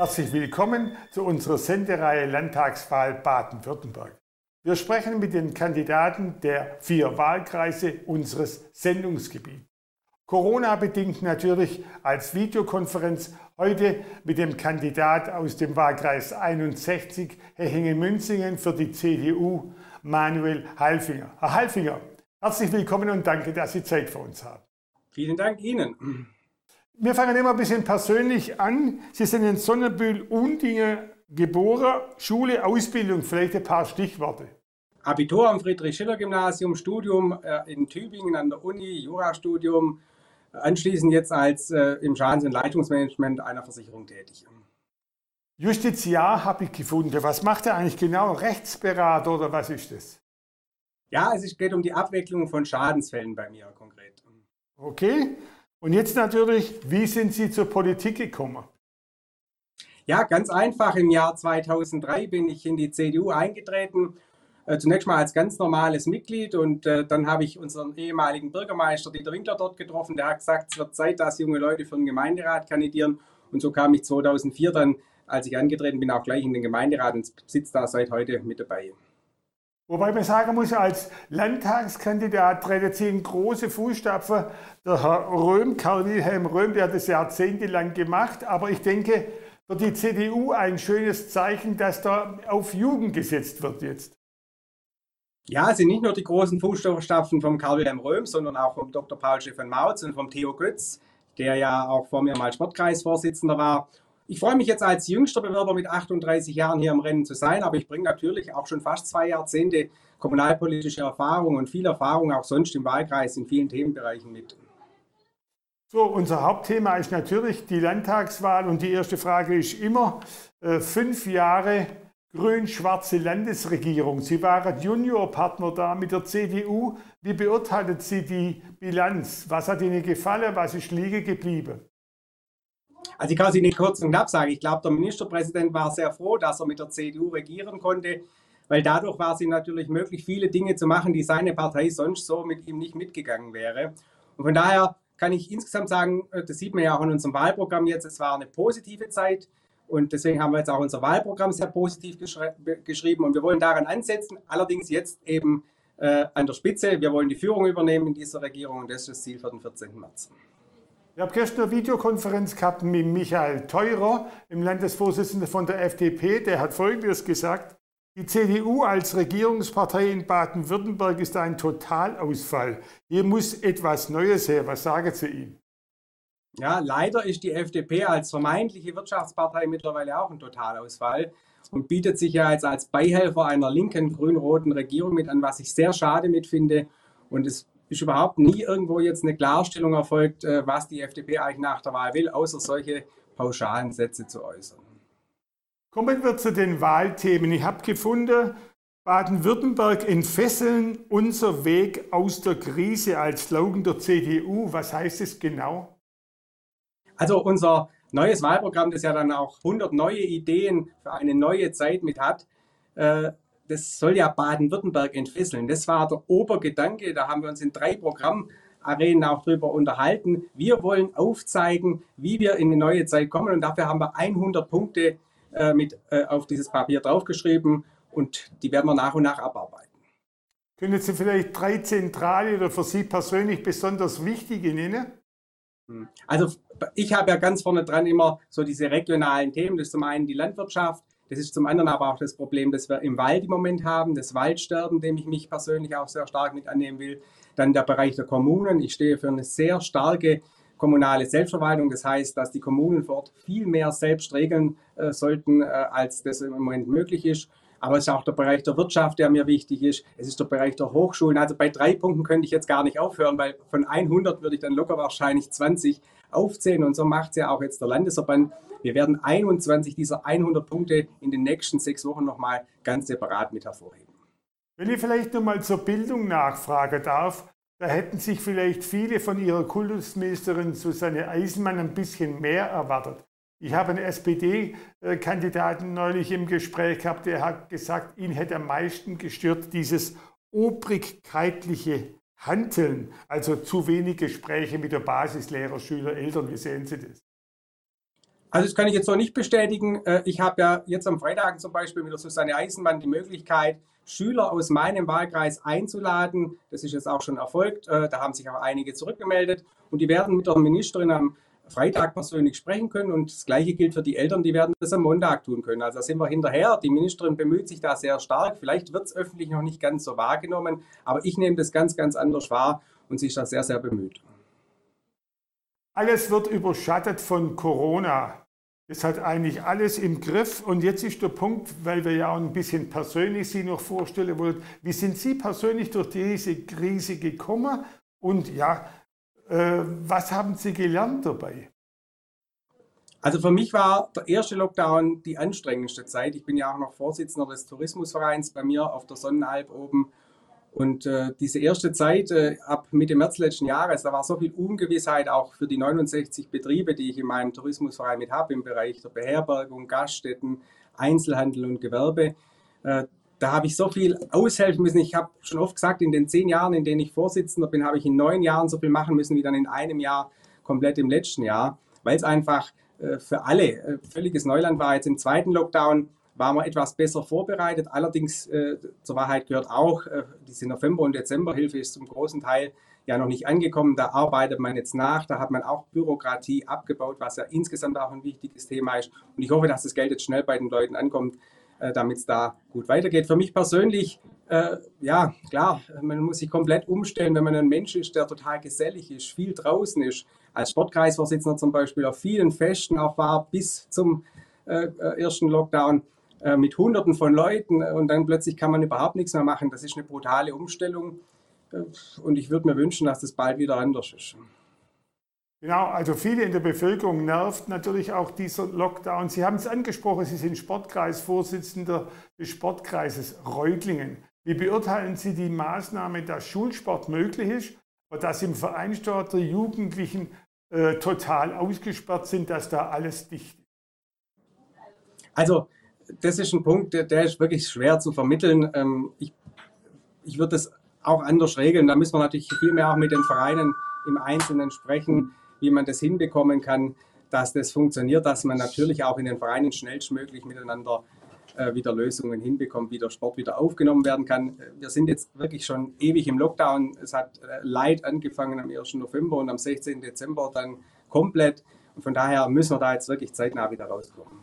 Herzlich willkommen zu unserer Sendereihe Landtagswahl Baden-Württemberg. Wir sprechen mit den Kandidaten der 4 Wahlkreise unseres Sendungsgebiets. Corona-bedingt natürlich als Videokonferenz heute mit dem Kandidat aus dem Wahlkreis 61 Hechingen-Münzingen für die CDU, Manuel Halfinger. Herr Halfinger, herzlich willkommen und danke, dass Sie Zeit für uns haben. Vielen Dank Ihnen. Wir fangen immer ein bisschen persönlich an. Sie sind in Sonnenbühl-Undingen geboren. Schule, Ausbildung, vielleicht ein paar Stichworte. Abitur am Friedrich-Schiller-Gymnasium, Studium in Tübingen an der Uni, Jurastudium, anschließend jetzt als im Schadens- und Leistungsmanagement einer Versicherung tätig. Justiziar habe ich gefunden. Was macht er eigentlich genau? Rechtsberater oder was ist das? Ja, es geht um die Abwicklung von Schadensfällen bei mir konkret. Okay. Und jetzt natürlich, wie sind Sie zur Politik gekommen? Ja, ganz einfach. Im Jahr 2003 bin ich in die CDU eingetreten. Zunächst mal als ganz normales Mitglied und dann habe ich unseren ehemaligen Bürgermeister Dieter Winkler dort getroffen. Der hat gesagt, es wird Zeit, dass junge Leute für den Gemeinderat kandidieren. Und so kam ich 2004 dann, als ich angetreten bin, auch gleich in den Gemeinderat und sitze da seit heute mit dabei. Wobei man sagen muss, als Landtagskandidat treten Sie in große Fußstapfen. Der Herr Röhm, Karl-Wilhelm Röhm, der hat das jahrzehntelang gemacht. Aber ich denke, für die CDU ein schönes Zeichen, dass da auf Jugend gesetzt wird jetzt. Ja, es sind nicht nur die großen Fußstapfen vom Karl-Wilhelm Röhm, sondern auch vom Dr. Paul Stefan Mautz und vom Theo Götz, der ja auch vor mir mal Sportkreisvorsitzender war. Ich freue mich jetzt als jüngster Bewerber mit 38 Jahren hier im Rennen zu sein, aber ich bringe natürlich auch schon fast 2 Jahrzehnte kommunalpolitische Erfahrung und viel Erfahrung auch sonst im Wahlkreis in vielen Themenbereichen mit. So, unser Hauptthema ist natürlich die Landtagswahl und die erste Frage ist immer 5 Jahre grün-schwarze Landesregierung. Sie waren Juniorpartner da mit der CDU. Wie beurteilen Sie die Bilanz? Was hat Ihnen gefallen? Was ist liegen geblieben? Also ich kann es Ihnen kurz und knapp sagen. Ich glaube, der Ministerpräsident war sehr froh, dass er mit der CDU regieren konnte, weil dadurch war es ihm natürlich möglich, viele Dinge zu machen, die seine Partei sonst so mit ihm nicht mitgegangen wäre. Und von daher kann ich insgesamt sagen, das sieht man ja auch in unserem Wahlprogramm jetzt, es war eine positive Zeit und deswegen haben wir jetzt auch unser Wahlprogramm sehr positiv geschrieben und wir wollen daran ansetzen, allerdings jetzt eben an der Spitze. Wir wollen die Führung übernehmen in dieser Regierung und das ist das Ziel für den 14. März. Ich habe gestern eine Videokonferenz gehabt mit Michael Theurer, dem Landesvorsitzenden von der FDP. Der hat Folgendes gesagt: Die CDU als Regierungspartei in Baden-Württemberg ist ein Totalausfall. Hier muss etwas Neues her. Was sagen Sie ihm? Ja, leider ist die FDP als vermeintliche Wirtschaftspartei mittlerweile auch ein Totalausfall und bietet sich ja jetzt als Beihelfer einer linken grün-roten Regierung mit an, was ich sehr schade mitfinde. Und es ist überhaupt nie irgendwo jetzt eine Klarstellung erfolgt, was die FDP eigentlich nach der Wahl will, außer solche pauschalen Sätze zu äußern. Kommen wir zu den Wahlthemen. Ich habe gefunden, Baden-Württemberg entfesseln, unser Weg aus der Krise als Slogan der CDU. Was heißt es genau? Also unser neues Wahlprogramm, das ja dann auch 100 neue Ideen für eine neue Zeit mit hat, das soll ja Baden-Württemberg entfesseln. Das war der Obergedanke. Da haben wir uns in 3 Programmarenen auch drüber unterhalten. Wir wollen aufzeigen, wie wir in eine neue Zeit kommen. Und dafür haben wir 100 Punkte auf dieses Papier draufgeschrieben. Und die werden wir nach und nach abarbeiten. Können Sie vielleicht 3 zentrale oder für Sie persönlich besonders wichtige nennen? Also ich habe ja ganz vorne dran immer so diese regionalen Themen. Das ist zum einen die Landwirtschaft. Das ist zum anderen aber auch das Problem, das wir im Wald im Moment haben, das Waldsterben, dem ich mich persönlich auch sehr stark mit annehmen will. Dann der Bereich der Kommunen. Ich stehe für eine sehr starke kommunale Selbstverwaltung. Das heißt, dass die Kommunen vor Ort viel mehr selbst regeln sollten, als das im Moment möglich ist. Aber es ist auch der Bereich der Wirtschaft, der mir wichtig ist. Es ist der Bereich der Hochschulen. Also bei 3 Punkten könnte ich jetzt gar nicht aufhören, weil von 100 würde ich dann locker wahrscheinlich 20 aufzählen. Und so macht es ja auch jetzt der Landesverband. Wir werden 21 dieser 100 Punkte in den nächsten 6 Wochen nochmal ganz separat mit hervorheben. Wenn ich vielleicht nochmal zur Bildung nachfragen darf, da hätten sich vielleicht viele von Ihrer Kultusministerin Susanne Eisenmann ein bisschen mehr erwartet. Ich habe einen SPD-Kandidaten neulich im Gespräch gehabt, der hat gesagt, ihn hätte am meisten gestört dieses obrigkeitliche Handeln, also zu wenig Gespräche mit der Basislehrer, Schüler, Eltern. Wie sehen Sie das? Also das kann ich jetzt noch nicht bestätigen. Ich habe ja jetzt am Freitag zum Beispiel mit der Susanne Eisenmann die Möglichkeit, Schüler aus meinem Wahlkreis einzuladen. Das ist jetzt auch schon erfolgt. Da haben sich auch einige zurückgemeldet und die werden mit der Ministerin am Freitag persönlich sprechen können. Und das Gleiche gilt für die Eltern, die werden das am Montag tun können. Also da sind wir hinterher. Die Ministerin bemüht sich da sehr stark. Vielleicht wird es öffentlich noch nicht ganz so wahrgenommen, aber ich nehme das ganz, ganz anders wahr und sie ist da sehr, sehr bemüht. Alles wird überschattet von Corona. Es hat eigentlich alles im Griff. Und jetzt ist der Punkt, weil wir ja auch ein bisschen persönlich Sie noch vorstellen wollten. Wie sind Sie persönlich durch diese Krise gekommen? Und ja, was haben Sie gelernt dabei? Also für mich war der erste Lockdown die anstrengendste Zeit. Ich bin ja auch noch Vorsitzender des Tourismusvereins bei mir auf der Sonnenalp oben. Und diese erste Zeit ab Mitte März letzten Jahres, da war so viel Ungewissheit auch für die 69 Betriebe, die ich in meinem Tourismusverein mit habe, im Bereich der Beherbergung, Gaststätten, Einzelhandel und Gewerbe. Da habe ich so viel aushelfen müssen. Ich habe schon oft gesagt, in den 10 Jahren, in denen ich Vorsitzender bin, habe ich in 9 Jahren so viel machen müssen wie dann in einem Jahr komplett im letzten Jahr, weil es einfach für alle völliges Neuland war. Jetzt im zweiten Lockdown waren wir etwas besser vorbereitet. Allerdings, zur Wahrheit gehört auch, diese November- und Dezemberhilfe ist zum großen Teil ja noch nicht angekommen. Da arbeitet man jetzt nach. Da hat man auch Bürokratie abgebaut, was ja insgesamt auch ein wichtiges Thema ist. Und ich hoffe, dass das Geld jetzt schnell bei den Leuten ankommt, damit es da gut weitergeht. Für mich persönlich, ja, klar, man muss sich komplett umstellen, wenn man ein Mensch ist, der total gesellig ist, viel draußen ist. Als Sportkreisvorsitzender zum Beispiel auf vielen Festen auch war bis zum ersten Lockdown mit Hunderten von Leuten und dann plötzlich kann man überhaupt nichts mehr machen. Das ist eine brutale Umstellung und ich würde mir wünschen, dass das bald wieder anders ist. Genau, also viele in der Bevölkerung nervt natürlich auch dieser Lockdown. Sie haben es angesprochen, Sie sind Sportkreisvorsitzender des Sportkreises Reutlingen. Wie beurteilen Sie die Maßnahme, dass Schulsport möglich ist und dass im Vereinssport die Jugendlichen total ausgesperrt sind, dass da alles dicht ist? Also das ist ein Punkt, der ist wirklich schwer zu vermitteln. Ich würde das auch anders regeln. Da müssen wir natürlich viel mehr auch mit den Vereinen im Einzelnen sprechen, wie man das hinbekommen kann, dass das funktioniert, dass man natürlich auch in den Vereinen schnellstmöglich miteinander wieder Lösungen hinbekommt, wie der Sport wieder aufgenommen werden kann. Wir sind jetzt wirklich schon ewig im Lockdown. Es hat Leid angefangen am 1. November und am 16. Dezember dann komplett. Und von daher müssen wir da jetzt wirklich zeitnah wieder rauskommen.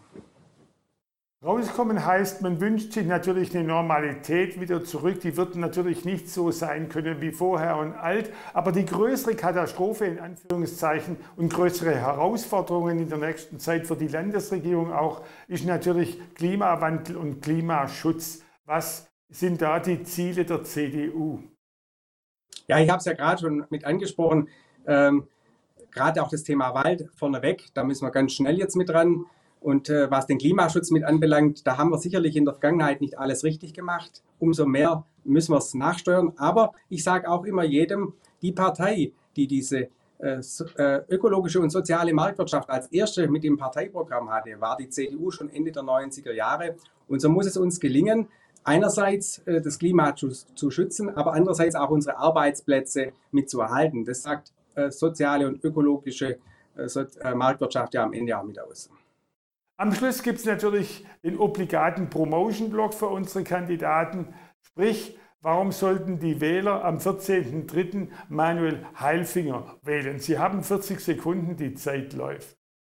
Rauskommen heißt, man wünscht sich natürlich eine Normalität wieder zurück. Die wird natürlich nicht so sein können wie vorher und alt. Aber die größere Katastrophe in Anführungszeichen und größere Herausforderungen in der nächsten Zeit für die Landesregierung auch ist natürlich Klimawandel und Klimaschutz. Was sind da die Ziele der CDU? Ja, ich habe es ja gerade schon mit angesprochen. Gerade auch das Thema Wald vorneweg. Da müssen wir ganz schnell jetzt mit ran. Und was den Klimaschutz mit anbelangt, da haben wir sicherlich in der Vergangenheit nicht alles richtig gemacht. Umso mehr müssen wir es nachsteuern. Aber ich sage auch immer jedem, die Partei, die diese ökologische und soziale Marktwirtschaft als erste mit dem Parteiprogramm hatte, war die CDU schon Ende der 90er Jahre. Und so muss es uns gelingen, einerseits das Klima zu schützen, aber andererseits auch unsere Arbeitsplätze mitzuerhalten. Das sagt soziale und ökologische Marktwirtschaft ja am Ende auch mit aus. Am Schluss gibt es natürlich den obligaten Promotion-Block für unsere Kandidaten. Sprich, warum sollten die Wähler am 14.03. Manuel Heilfinger wählen? Sie haben 40 Sekunden, die Zeit läuft.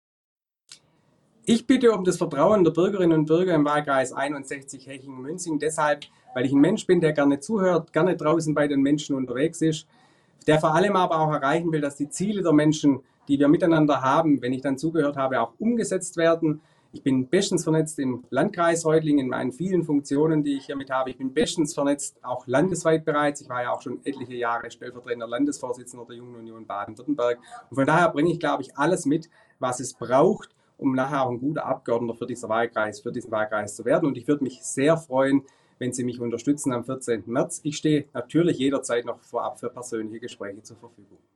Ich bitte um das Vertrauen der Bürgerinnen und Bürger im Wahlkreis 61 Hechingen-Münzing deshalb, weil ich ein Mensch bin, der gerne zuhört, gerne draußen bei den Menschen unterwegs ist, der vor allem aber auch erreichen will, dass die Ziele der Menschen, die wir miteinander haben, wenn ich dann zugehört habe, auch umgesetzt werden. Ich bin bestens vernetzt im Landkreis Reutlingen in meinen vielen Funktionen, die ich hiermit habe. Ich bin bestens vernetzt, auch landesweit bereits. Ich war ja auch schon etliche Jahre stellvertretender Landesvorsitzender der Jungen Union Baden-Württemberg. Und von daher bringe ich, glaube ich, alles mit, was es braucht, um nachher auch ein guter Abgeordneter für diesen Wahlkreis zu werden. Und ich würde mich sehr freuen, wenn Sie mich unterstützen am 14. März. Ich stehe natürlich jederzeit noch vorab für persönliche Gespräche zur Verfügung.